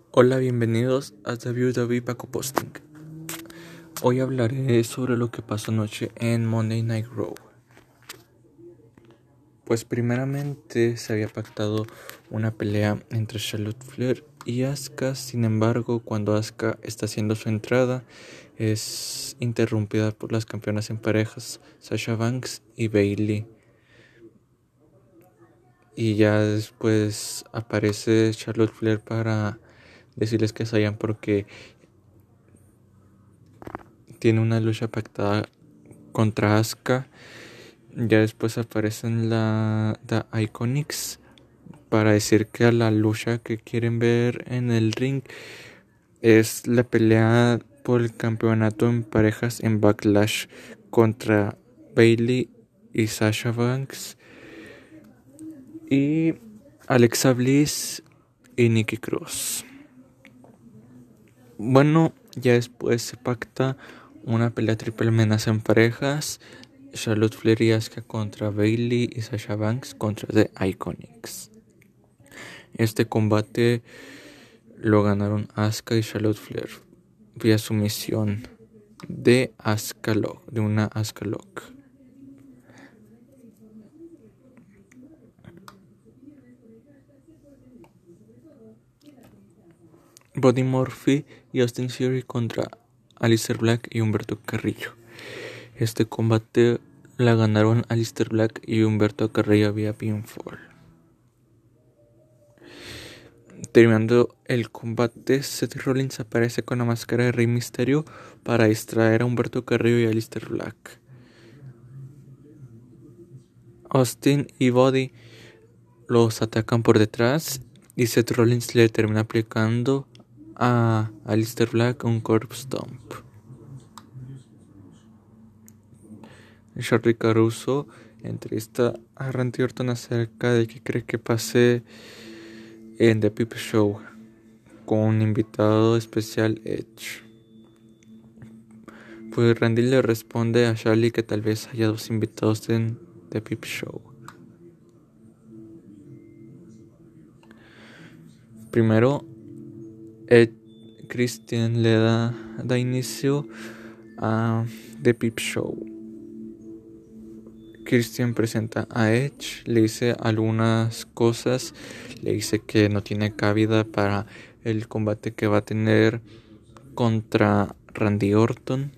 Hola, bienvenidos a WWE Paco Posting. Hoy hablaré sobre lo que pasó anoche en Monday Night Raw. Pues primeramente se había pactado una pelea entre Charlotte Flair y Asuka. Sin embargo, cuando Asuka está haciendo su entrada, es interrumpida por las campeonas en parejas Sasha Banks y Bayley. Y ya después aparece Charlotte Flair para decirles que se vayan porque tiene una lucha pactada contra Asuka. Ya después aparecen The Iconics para decir que la lucha que quieren ver en el ring es la pelea por el campeonato en parejas en Backlash contra Bayley y Sasha Banks y Alexa Bliss y Nikki Cross. Bueno, ya después se pacta una pelea triple amenaza en parejas: Charlotte Flair y Asuka contra Bayley y Sasha Banks contra The Iconics. Este combate lo ganaron Asuka y Charlotte Flair vía sumisión de una Asuka Lock. Buddy Murphy y Austin Theory contra Aleister Black y Humberto Carrillo. Este combate la ganaron Aleister Black y Humberto Carrillo vía pinfall. Terminando el combate, Seth Rollins aparece con la máscara de Rey Mysterio para distraer a Humberto Carrillo y Aleister Black. Austin y Buddy los atacan por detrás y Seth Rollins le termina aplicando a Aleister Black un curb stomp. Charly Caruso entrevista a Randy Orton acerca de qué cree que pase en The Peep Show con un invitado especial, Edge. Pues Randy le responde a Charly que tal vez haya dos invitados en The Peep Show. Primero, Christian le da inicio a The Peep Show. Christian presenta a Edge, le dice algunas cosas, le dice que no tiene cabida para el combate que va a tener contra Randy Orton.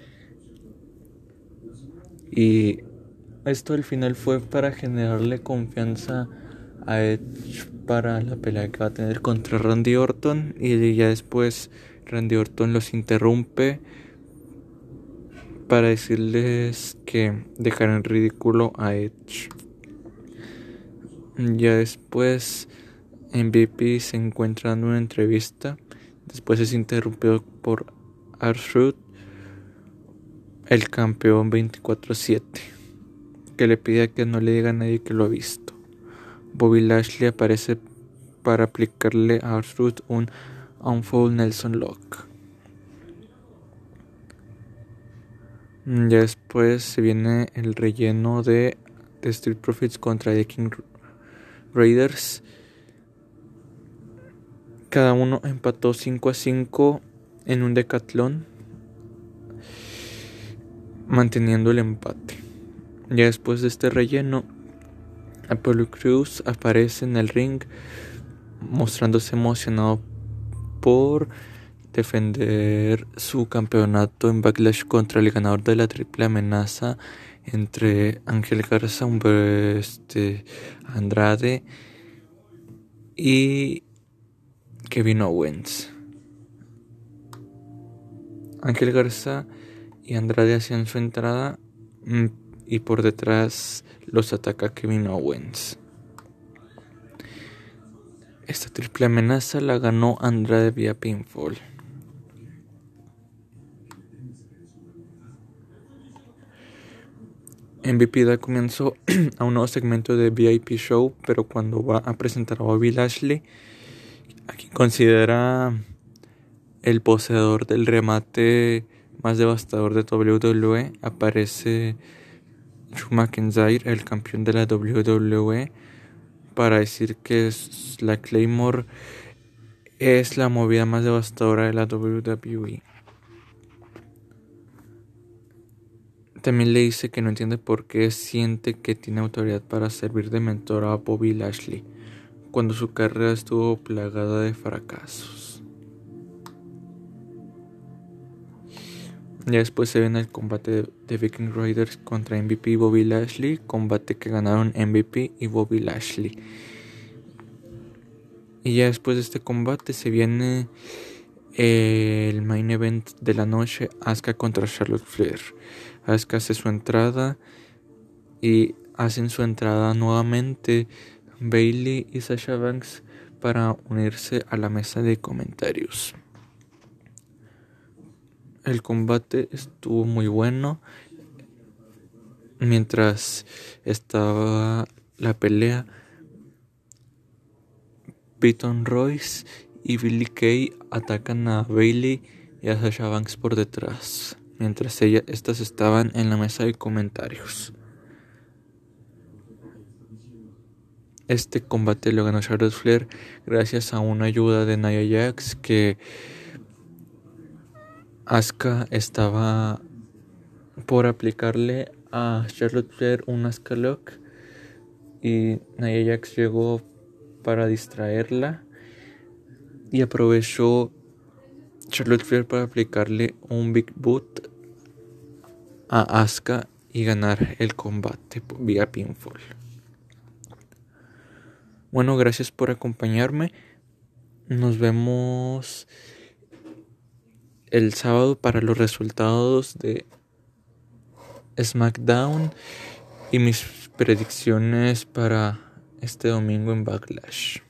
Y esto al final fue para generarle confianza a Edge para la pelea que va a tener contra Randy Orton. Y ya después Randy Orton los interrumpe para decirles que dejaran en ridículo a Edge. Ya después MVP se encuentra en una entrevista. Después es interrumpido por R-Truth, el campeón 24/7, que le pide que no le diga a nadie que lo ha visto. Bobby Lashley aparece para aplicarle a R-Truth un Unfold Nelson Lock. Ya después se viene el relleno de The Street Profits contra The King Raiders. Cada uno empató 5-5 en un decatlón, manteniendo el empate. Ya después de este relleno, Apollo Crews aparece en el ring mostrándose emocionado por defender su campeonato en Backlash contra el ganador de la triple amenaza entre Ángel Garza, Andrade y Kevin Owens. Ángel Garza y Andrade hacían su entrada y por detrás los ataca Kevin Owens. Esta triple amenaza la ganó Andrade vía pinfall. MVP da comienzo a un nuevo segmento de VIP Show, pero cuando va a presentar a Bobby Lashley, a quien considera el poseedor del remate más devastador de WWE, aparece Drew McIntyre, el campeón de la WWE, para decir que la Claymore es la movida más devastadora de la WWE. También le dice que no entiende por qué siente que tiene autoridad para servir de mentor a Bobby Lashley, cuando su carrera estuvo plagada de fracasos. Ya después se viene el combate de Viking Raiders contra MVP y Bobby Lashley, combate que ganaron MVP y Bobby Lashley. Y ya después de este combate se viene el main event de la noche, Asuka contra Charlotte Flair. Asuka hace su entrada y hacen su entrada nuevamente Bayley y Sasha Banks para unirse a la mesa de comentarios. El combate estuvo muy bueno. Mientras estaba la pelea, Peyton Royce y Billie Kay atacan a Bayley y a Sasha Banks por detrás, mientras estas estaban en la mesa de comentarios. Este combate lo ganó Charlotte Flair gracias a una ayuda de Nia Jax, que Asuka estaba por aplicarle a Charlotte Flair un Asuka Lock y Nia Jax llegó para distraerla y aprovechó Charlotte Flair para aplicarle un Big Boot a Asuka y ganar el combate vía pinfall. Bueno, gracias por acompañarme. Nos vemos el sábado para los resultados de SmackDown y mis predicciones para este domingo en Backlash.